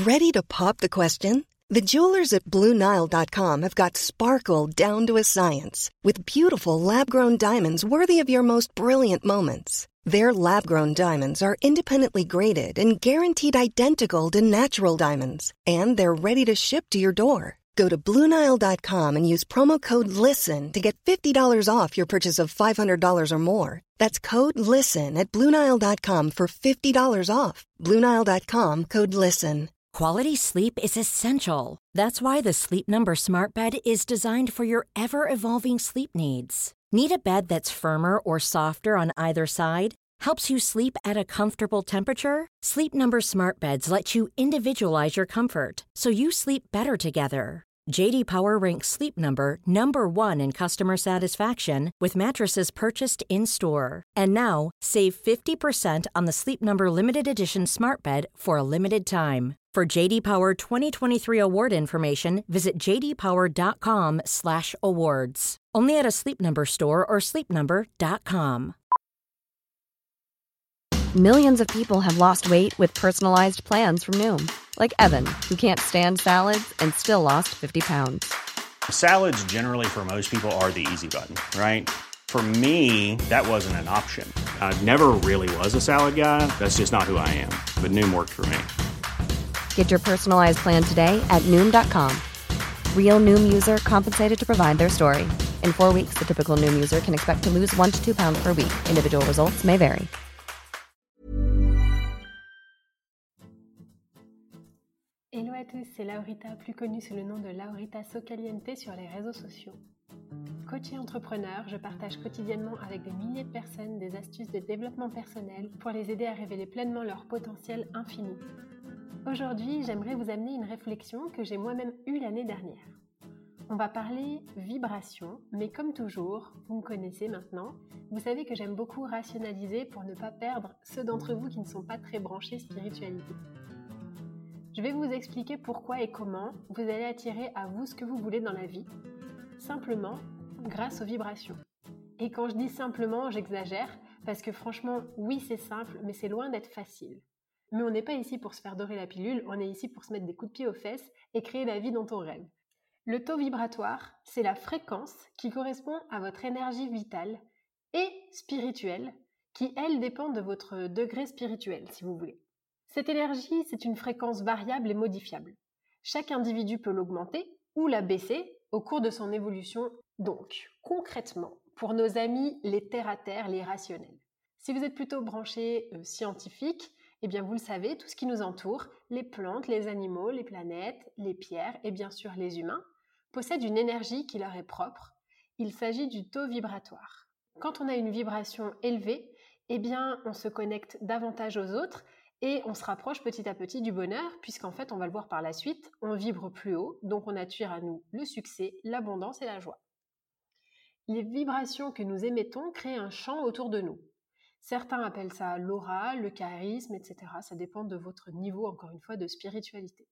Ready to pop the question? The jewelers at BlueNile.com have got sparkle down to a science with beautiful lab-grown diamonds worthy of your most brilliant moments. Their lab-grown diamonds are independently graded and guaranteed identical to natural diamonds, and they're ready to ship to your door. Go to BlueNile.com and use promo code LISTEN to get $50 off your purchase of $500 or more. That's code LISTEN at BlueNile.com for $50 off. BlueNile.com, code LISTEN. Quality sleep is essential. That's why the Sleep Number Smart Bed is designed for your ever-evolving sleep needs. Need a bed that's firmer or softer on either side? Helps you sleep at a comfortable temperature? Sleep Number Smart Beds let you individualize your comfort, so you sleep better together. J.D. Power ranks Sleep Number number 1 in customer satisfaction with mattresses purchased in-store. And now, save 50% on the Sleep Number Limited Edition Smart Bed for a limited time. For J.D. Power 2023 award information, visit jdpower.com/awards. Only at a Sleep Number store or sleepnumber.com. Millions of people have lost weight with personalized plans from Noom. Like Evan, who can't stand salads and still lost 50 pounds. Salads generally for most people are the easy button, right? For me, that wasn't an option. I never really was a salad guy. That's just not who I am. But Noom worked for me. Get your personalized plan today at Noom.com. Real Noom user compensated to provide their story. In 4 weeks, the typical Noom user can expect to lose 1 to 2 pounds per week. Individual results may vary. Hello à tous, c'est Laurita, plus connue sous le nom de Laurita Socaliente sur les réseaux sociaux. Coach et entrepreneur, je partage quotidiennement avec des milliers de personnes des astuces de développement personnel pour les aider à révéler pleinement leur potentiel infini. Aujourd'hui, j'aimerais vous amener une réflexion que j'ai moi-même eue l'année dernière. On va parler vibration, mais comme toujours, vous me connaissez maintenant, vous savez que j'aime beaucoup rationaliser pour ne pas perdre ceux d'entre vous qui ne sont pas très branchés spiritualité. Je vais vous expliquer pourquoi et comment vous allez attirer à vous ce que vous voulez dans la vie, simplement grâce aux vibrations. Et quand je dis simplement, j'exagère, parce que franchement, oui c'est simple, mais c'est loin d'être facile. Mais on n'est pas ici pour se faire dorer la pilule, on est ici pour se mettre des coups de pied aux fesses et créer la vie dont on rêve. Le taux vibratoire, c'est la fréquence qui correspond à votre énergie vitale et spirituelle, qui elle dépend de votre degré spirituel, si vous voulez. Cette énergie, c'est une fréquence variable et modifiable. Chaque individu peut l'augmenter ou la baisser au cours de son évolution. Donc, concrètement, pour nos amis les terre-à-terre, les rationnels. Si vous êtes plutôt branché scientifique, eh bien vous le savez, tout ce qui nous entoure, les plantes, les animaux, les planètes, les pierres et bien sûr les humains, possèdent une énergie qui leur est propre. Il s'agit du taux vibratoire. Quand on a une vibration élevée, eh bien on se connecte davantage aux autres et on se rapproche petit à petit du bonheur, puisqu'en fait, on va le voir par la suite, on vibre plus haut, donc on attire à nous le succès, l'abondance et la joie. Les vibrations que nous émettons créent un champ autour de nous. Certains appellent ça l'aura, le charisme, etc. Ça dépend de votre niveau, encore une fois, de spiritualité.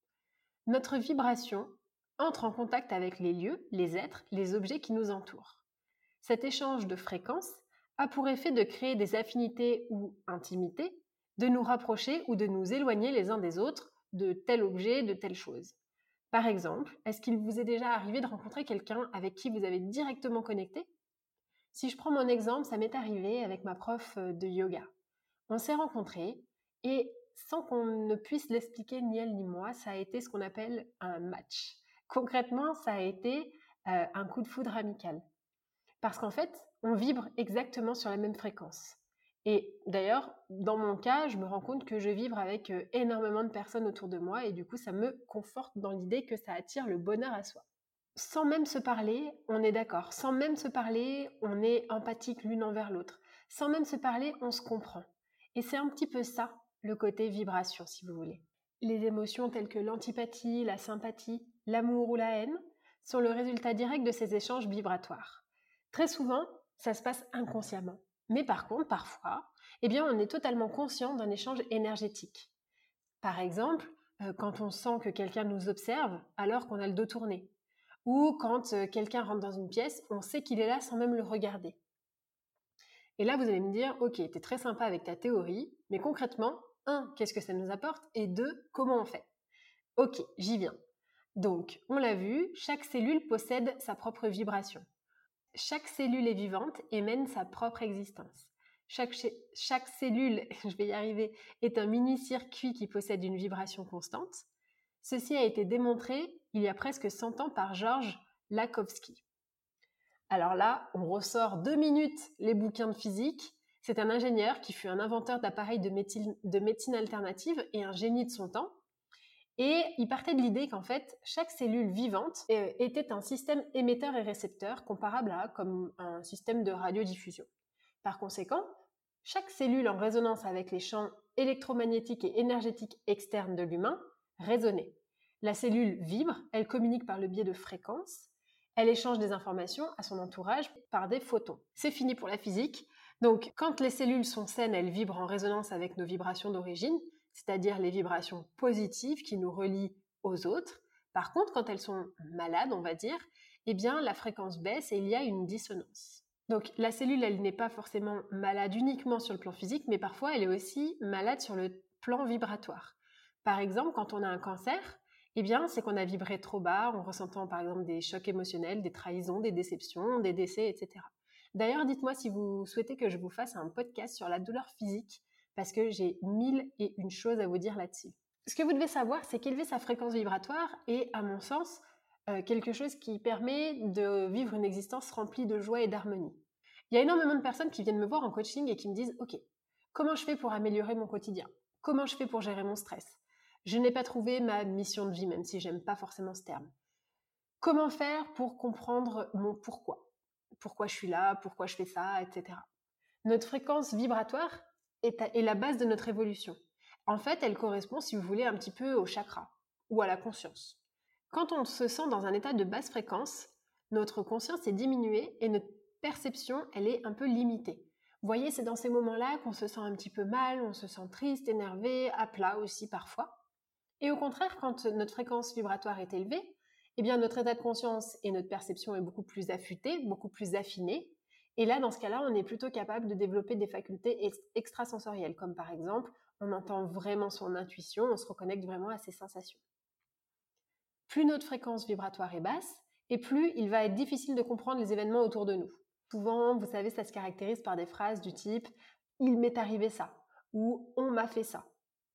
Notre vibration entre en contact avec les lieux, les êtres, les objets qui nous entourent. Cet échange de fréquences a pour effet de créer des affinités ou intimités, de nous rapprocher ou de nous éloigner les uns des autres de tel objet, de telle chose. Par exemple, est-ce qu'il vous est déjà arrivé de rencontrer quelqu'un avec qui vous avez directement connecté ? Si je prends mon exemple, ça m'est arrivé avec ma prof de yoga. On s'est rencontrés et sans qu'on ne puisse l'expliquer ni elle ni moi, ça a été ce qu'on appelle un match. Concrètement, ça a été un coup de foudre amical. Parce qu'en fait, on vibre exactement sur la même fréquence. Et d'ailleurs, dans mon cas, je me rends compte que je vibre avec énormément de personnes autour de moi et du coup, ça me conforte dans l'idée que ça attire le bonheur à soi. Sans même se parler, on est d'accord. Sans même se parler, on est empathique l'une envers l'autre. Sans même se parler, on se comprend. Et c'est un petit peu ça, le côté vibration, si vous voulez. Les émotions telles que l'antipathie, la sympathie, l'amour ou la haine sont le résultat direct de ces échanges vibratoires. Très souvent, ça se passe inconsciemment. Mais par contre, parfois, on est totalement conscient d'un échange énergétique. Par exemple, quand on sent que quelqu'un nous observe alors qu'on a le dos tourné. Ou quand quelqu'un rentre dans une pièce, on sait qu'il est là sans même le regarder. Et là, vous allez me dire, ok, t'es très sympa avec ta théorie, mais concrètement, 1, qu'est-ce que ça nous apporte ? Et 2, comment on fait ? Ok, j'y viens. Donc, on l'a vu, chaque cellule possède sa propre vibration. Chaque cellule est vivante et mène sa propre existence. Chaque cellule, je vais y arriver, est un mini-circuit qui possède une vibration constante. Ceci a été démontré il y a presque 100 ans par Georges Lakhovsky. Alors là, on ressort 2 minutes les bouquins de physique. C'est un ingénieur qui fut un inventeur d'appareils de médecine alternative et un génie de son temps. Et il partait de l'idée qu'en fait, chaque cellule vivante était un système émetteur et récepteur comparable à comme un système de radiodiffusion. Par conséquent, chaque cellule en résonance avec les champs électromagnétiques et énergétiques externes de l'humain résonnait. La cellule vibre, elle communique par le biais de fréquences, elle échange des informations à son entourage par des photons. C'est fini pour la physique. Donc, quand les cellules sont saines, elles vibrent en résonance avec nos vibrations d'origine, c'est-à-dire les vibrations positives qui nous relient aux autres. Par contre, quand elles sont malades, on va dire, eh bien, la fréquence baisse et il y a une dissonance. Donc, la cellule, elle n'est pas forcément malade uniquement sur le plan physique, mais parfois, elle est aussi malade sur le plan vibratoire. Par exemple, quand on a un cancer, eh bien, c'est qu'on a vibré trop bas en ressentant, par exemple, des chocs émotionnels, des trahisons, des déceptions, des décès, etc. D'ailleurs, dites-moi si vous souhaitez que je vous fasse un podcast sur la douleur physique, parce que j'ai 1001 choses à vous dire là-dessus. Ce que vous devez savoir, c'est qu'élever sa fréquence vibratoire est, à mon sens, quelque chose qui permet de vivre une existence remplie de joie et d'harmonie. Il y a énormément de personnes qui viennent me voir en coaching et qui me disent « Ok, comment je fais pour améliorer mon quotidien ? Comment je fais pour gérer mon stress ? Je n'ai pas trouvé ma mission de vie, même si j'aime pas forcément ce terme. Comment faire pour comprendre mon pourquoi ? Pourquoi je suis là ? Pourquoi je fais ça ? Etc. » Notre fréquence vibratoire est la base de notre évolution. En fait, elle correspond, si vous voulez, un petit peu au chakra ou à la conscience. Quand on se sent dans un état de basse fréquence, notre conscience est diminuée et notre perception, elle est un peu limitée. Vous voyez, c'est dans ces moments-là qu'on se sent un petit peu mal, on se sent triste, énervé, à plat aussi parfois. Et au contraire, quand notre fréquence vibratoire est élevée, eh bien notre état de conscience et notre perception est beaucoup plus affûtée, beaucoup plus affinée. Et là, dans ce cas-là, on est plutôt capable de développer des facultés extrasensorielles, comme par exemple, on entend vraiment son intuition, on se reconnecte vraiment à ses sensations. Plus notre fréquence vibratoire est basse, et plus il va être difficile de comprendre les événements autour de nous. Souvent, vous savez, ça se caractérise par des phrases du type « il m'est arrivé ça » ou « on m'a fait ça ».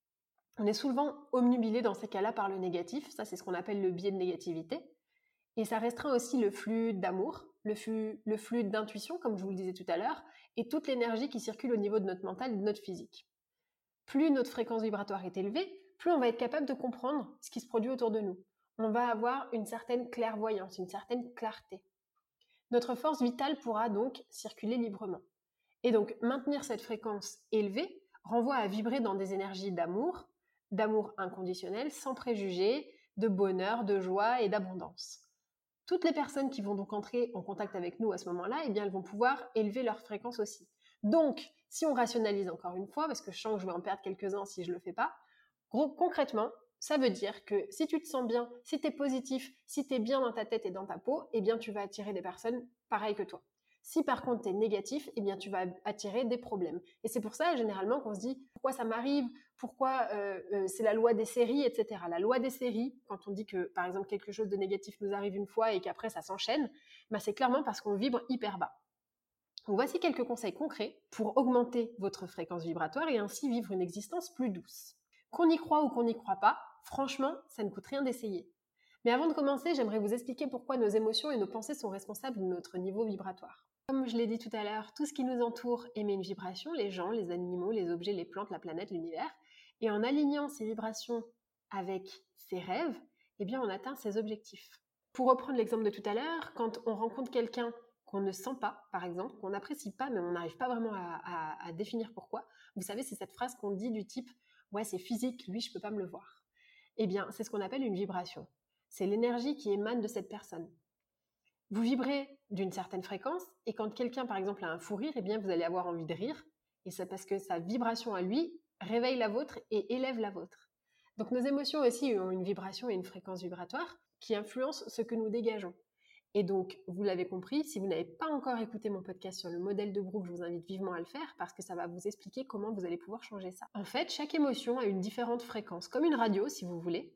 On est souvent obnubilé dans ces cas-là par le négatif, ça c'est ce qu'on appelle le biais de négativité, et ça restreint aussi le flux d'amour, le flux d'intuition, comme je vous le disais tout à l'heure, et toute l'énergie qui circule au niveau de notre mental et de notre physique. Plus notre fréquence vibratoire est élevée, plus on va être capable de comprendre ce qui se produit autour de nous. On va avoir une certaine clairvoyance, une certaine clarté. Notre force vitale pourra donc circuler librement. Et donc, maintenir cette fréquence élevée renvoie à vibrer dans des énergies d'amour inconditionnel, sans préjugés, de bonheur, de joie et d'abondance. Toutes les personnes qui vont donc entrer en contact avec nous à ce moment-là, eh bien, elles vont pouvoir élever leur fréquence aussi. Donc, si on rationalise encore une fois, parce que je sens que je vais en perdre quelques-uns si je ne le fais pas, concrètement, ça veut dire que si tu te sens bien, si tu es positif, si tu es bien dans ta tête et dans ta peau, eh bien, tu vas attirer des personnes pareilles que toi. Si par contre tu es négatif, eh bien tu vas attirer des problèmes. Et c'est pour ça généralement qu'on se dit pourquoi ça m'arrive, pourquoi c'est la loi des séries, etc. La loi des séries, quand on dit que par exemple quelque chose de négatif nous arrive une fois et qu'après ça s'enchaîne, bah, c'est clairement parce qu'on vibre hyper bas. Donc voici quelques conseils concrets pour augmenter votre fréquence vibratoire et ainsi vivre une existence plus douce. Qu'on y croit ou qu'on n'y croit pas, franchement, ça ne coûte rien d'essayer. Mais avant de commencer, j'aimerais vous expliquer pourquoi nos émotions et nos pensées sont responsables de notre niveau vibratoire. Comme je l'ai dit tout à l'heure, tout ce qui nous entoure émet une vibration, les gens, les animaux, les objets, les plantes, la planète, l'univers. Et en alignant ces vibrations avec ses rêves, eh bien on atteint ses objectifs. Pour reprendre l'exemple de tout à l'heure, quand on rencontre quelqu'un qu'on ne sent pas, par exemple, qu'on n'apprécie pas, mais on n'arrive pas vraiment à définir pourquoi, vous savez, c'est cette phrase qu'on dit du type « ouais, c'est physique, lui, je ne peux pas me le voir ». Eh bien, c'est ce qu'on appelle une vibration. C'est l'énergie qui émane de cette personne. Vous vibrez d'une certaine fréquence et quand quelqu'un, par exemple, a un fou rire, eh bien, vous allez avoir envie de rire et c'est parce que sa vibration à lui réveille la vôtre et élève la vôtre. Donc, nos émotions aussi ont une vibration et une fréquence vibratoire qui influencent ce que nous dégageons. Et donc, vous l'avez compris, si vous n'avez pas encore écouté mon podcast sur le modèle de groupe, je vous invite vivement à le faire parce que ça va vous expliquer comment vous allez pouvoir changer ça. En fait, chaque émotion a une différente fréquence, comme une radio si vous voulez.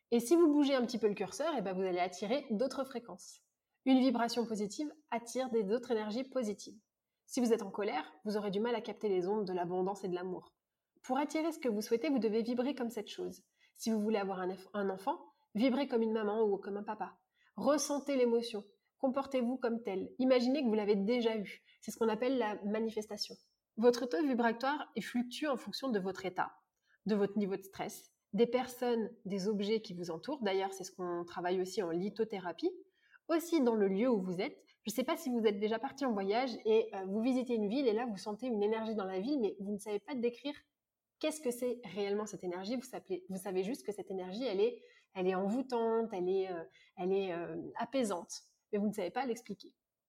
Et si vous bougez un petit peu le curseur, vous allez attirer d'autres fréquences. Une vibration positive attire d'autres énergies positives. Si vous êtes en colère, vous aurez du mal à capter les ondes de l'abondance et de l'amour. Pour attirer ce que vous souhaitez, vous devez vibrer comme cette chose. Si vous voulez avoir un enfant, vibrez comme une maman ou comme un papa. Ressentez l'émotion. Comportez-vous comme tel. Imaginez que vous l'avez déjà eu. C'est ce qu'on appelle la manifestation. Votre taux vibratoire fluctue en fonction de votre état, de votre niveau de stress, des personnes, des objets qui vous entourent. D'ailleurs, c'est ce qu'on travaille aussi en lithothérapie. Aussi dans le lieu où vous êtes. Je ne sais pas si vous êtes déjà parti en voyage et vous visitez une ville et là, vous sentez une énergie dans la ville, mais vous ne savez pas décrire qu'est-ce que c'est réellement cette énergie. Vous savez juste que cette énergie, elle est envoûtante, elle est apaisante, mais vous ne savez pas l'expliquer.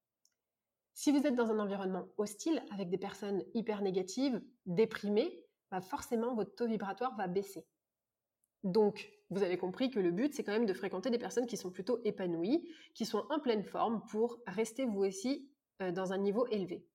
Si vous êtes dans un environnement hostile, avec des personnes hyper négatives, déprimées, forcément, votre taux vibratoire va baisser. Donc, vous avez compris que le but, c'est quand même de fréquenter des personnes qui sont plutôt épanouies, qui sont en pleine forme pour rester vous aussi dans un niveau élevé.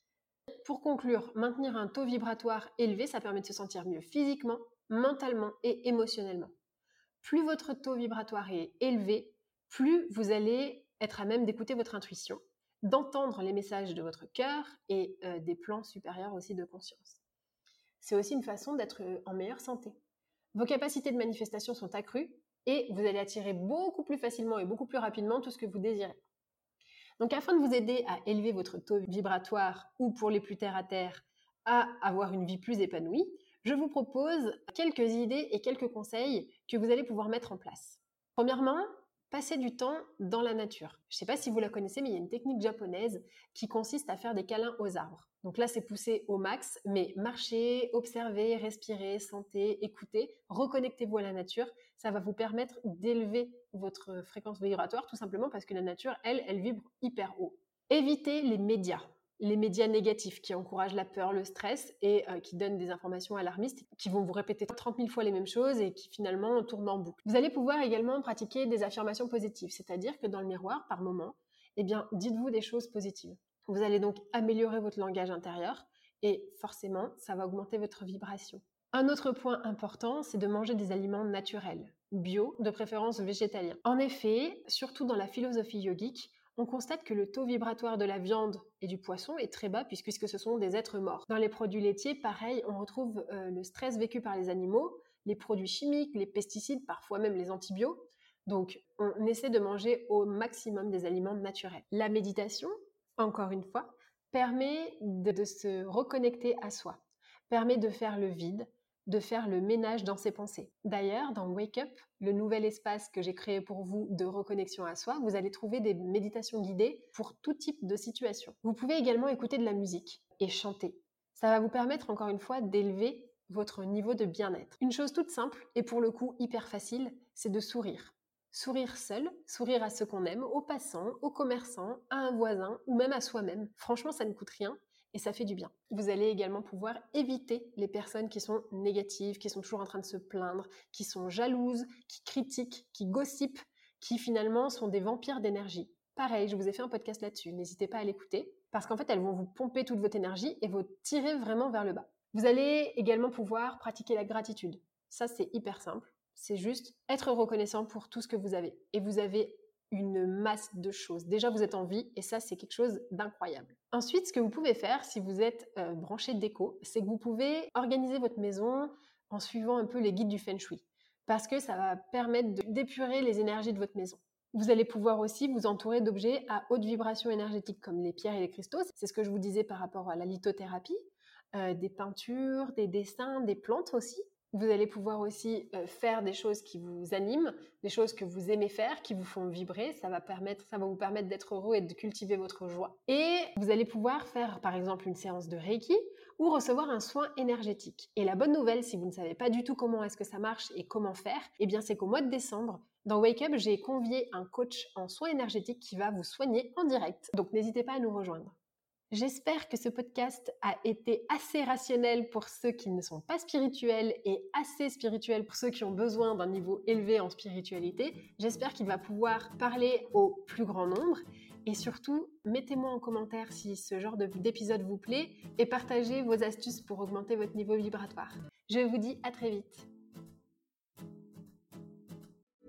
Pour conclure, maintenir un taux vibratoire élevé, ça permet de se sentir mieux physiquement, mentalement et émotionnellement. Plus votre taux vibratoire est élevé, plus vous allez être à même d'écouter votre intuition, d'entendre les messages de votre cœur et des plans supérieurs aussi de conscience. C'est aussi une façon d'être en meilleure santé. Vos capacités de manifestation sont accrues et vous allez attirer beaucoup plus facilement et beaucoup plus rapidement tout ce que vous désirez. Donc, afin de vous aider à élever votre taux vibratoire ou pour les plus terre à terre, à avoir une vie plus épanouie, je vous propose quelques idées et quelques conseils que vous allez pouvoir mettre en place. Premièrement, passez du temps dans la nature. Je ne sais pas si vous la connaissez, mais il y a une technique japonaise qui consiste à faire des câlins aux arbres. Donc là, c'est poussé au max, mais marchez, observez, respirez, sentez, écoutez, reconnectez-vous à la nature. Ça va vous permettre d'élever votre fréquence vibratoire, tout simplement parce que la nature, elle vibre hyper haut. Évitez les médias négatifs qui encouragent la peur, le stress et qui donnent des informations alarmistes, qui vont vous répéter 30 000 fois les mêmes choses et qui finalement tournent en boucle. Vous allez pouvoir également pratiquer des affirmations positives, c'est-à-dire que dans le miroir, par moment, dites-vous des choses positives. Vous allez donc améliorer votre langage intérieur et forcément, ça va augmenter votre vibration. Un autre point important, c'est de manger des aliments naturels, bio, de préférence végétaliens. En effet, surtout dans la philosophie yogique, on constate que le taux vibratoire de la viande et du poisson est très bas puisque ce sont des êtres morts. Dans les produits laitiers, pareil, on retrouve le stress vécu par les animaux, les produits chimiques, les pesticides, parfois même les antibiotiques. Donc, on essaie de manger au maximum des aliments naturels. La méditation, encore une fois, permet de se reconnecter à soi, permet de faire le vide, de faire le ménage dans ses pensées. D'ailleurs, dans Wake Up, le nouvel espace que j'ai créé pour vous de reconnexion à soi, vous allez trouver des méditations guidées pour tout type de situation. Vous pouvez également écouter de la musique et chanter. Ça va vous permettre, encore une fois, d'élever votre niveau de bien-être. Une chose toute simple et pour le coup hyper facile, c'est de sourire. Sourire seul, sourire à ceux qu'on aime, aux passants, aux commerçants, à un voisin ou même à soi-même. Franchement, ça ne coûte rien. Et ça fait du bien. Vous allez également pouvoir éviter les personnes qui sont négatives, qui sont toujours en train de se plaindre, qui sont jalouses, qui critiquent, qui gossipent, qui finalement sont des vampires d'énergie. Pareil, je vous ai fait un podcast là-dessus, n'hésitez pas à l'écouter, parce qu'en fait, elles vont vous pomper toute votre énergie et vous tirer vraiment vers le bas. Vous allez également pouvoir pratiquer la gratitude. Ça, c'est hyper simple. C'est juste être reconnaissant pour tout ce que vous avez. Et vous avez une masse de choses. Déjà, vous êtes en vie et ça, c'est quelque chose d'incroyable. Ensuite, ce que vous pouvez faire si vous êtes branché déco, c'est que vous pouvez organiser votre maison en suivant un peu les guides du Feng Shui parce que ça va permettre d'épurer les énergies de votre maison. Vous allez pouvoir aussi vous entourer d'objets à haute vibration énergétique comme les pierres et les cristaux. C'est ce que je vous disais par rapport à la lithothérapie, des peintures, des dessins, des plantes aussi. Vous allez pouvoir aussi faire des choses qui vous animent, des choses que vous aimez faire, qui vous font vibrer. Ça va vous permettre d'être heureux et de cultiver votre joie. Et vous allez pouvoir faire, par exemple, une séance de Reiki ou recevoir un soin énergétique. Et la bonne nouvelle, si vous ne savez pas du tout comment est-ce que ça marche et comment faire, c'est qu'au mois de décembre, dans Wake Up, j'ai convié un coach en soins énergétiques qui va vous soigner en direct. Donc, n'hésitez pas à nous rejoindre. J'espère que ce podcast a été assez rationnel pour ceux qui ne sont pas spirituels et assez spirituel pour ceux qui ont besoin d'un niveau élevé en spiritualité. J'espère qu'il va pouvoir parler au plus grand nombre. Et surtout, mettez-moi en commentaire si ce genre d'épisode vous plaît et partagez vos astuces pour augmenter votre niveau vibratoire. Je vous dis à très vite.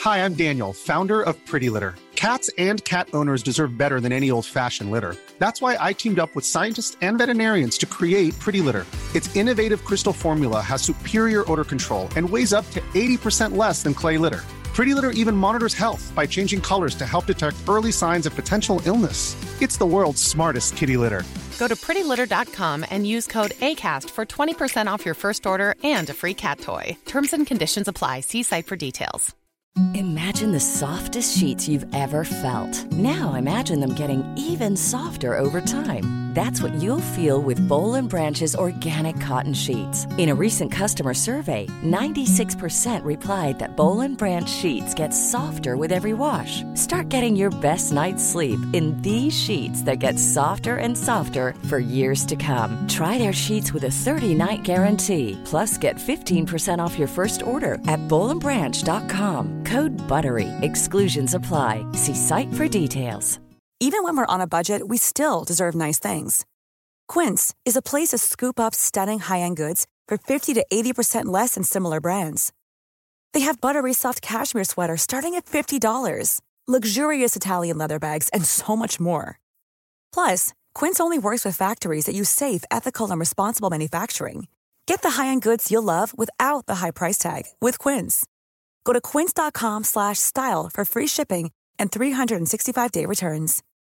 Hi, I'm Daniel, founder of Pretty Litter. Cats and cat owners deserve better than any old-fashioned litter. That's why I teamed up with scientists and veterinarians to create Pretty Litter. Its innovative crystal formula has superior odor control and weighs up to 80% less than clay litter. Pretty Litter even monitors health by changing colors to help detect early signs of potential illness. It's the world's smartest kitty litter. Go to prettylitter.com and use code ACAST for 20% off your first order and a free cat toy. Terms and conditions apply. See site for details. Imagine the softest sheets you've ever felt. Now imagine them getting even softer over time. That's what you'll feel with Boll & Branch's organic cotton sheets. In a recent customer survey, 96% replied that Boll & Branch sheets get softer with every wash. Start getting your best night's sleep in these sheets that get softer and softer for years to come. Try their sheets with a 30-night guarantee. Plus, get 15% off your first order at bollandbranch.com. Code BUTTERY. Exclusions apply. See site for details. Even when we're on a budget, we still deserve nice things. Quince is a place to scoop up stunning high-end goods for 50 to 80% less than similar brands. They have buttery soft cashmere sweaters starting at $50, luxurious Italian leather bags, and so much more. Plus, Quince only works with factories that use safe, ethical, and responsible manufacturing. Get the high-end goods you'll love without the high price tag with Quince. Go to quince.com/style for free shipping and 365-day returns.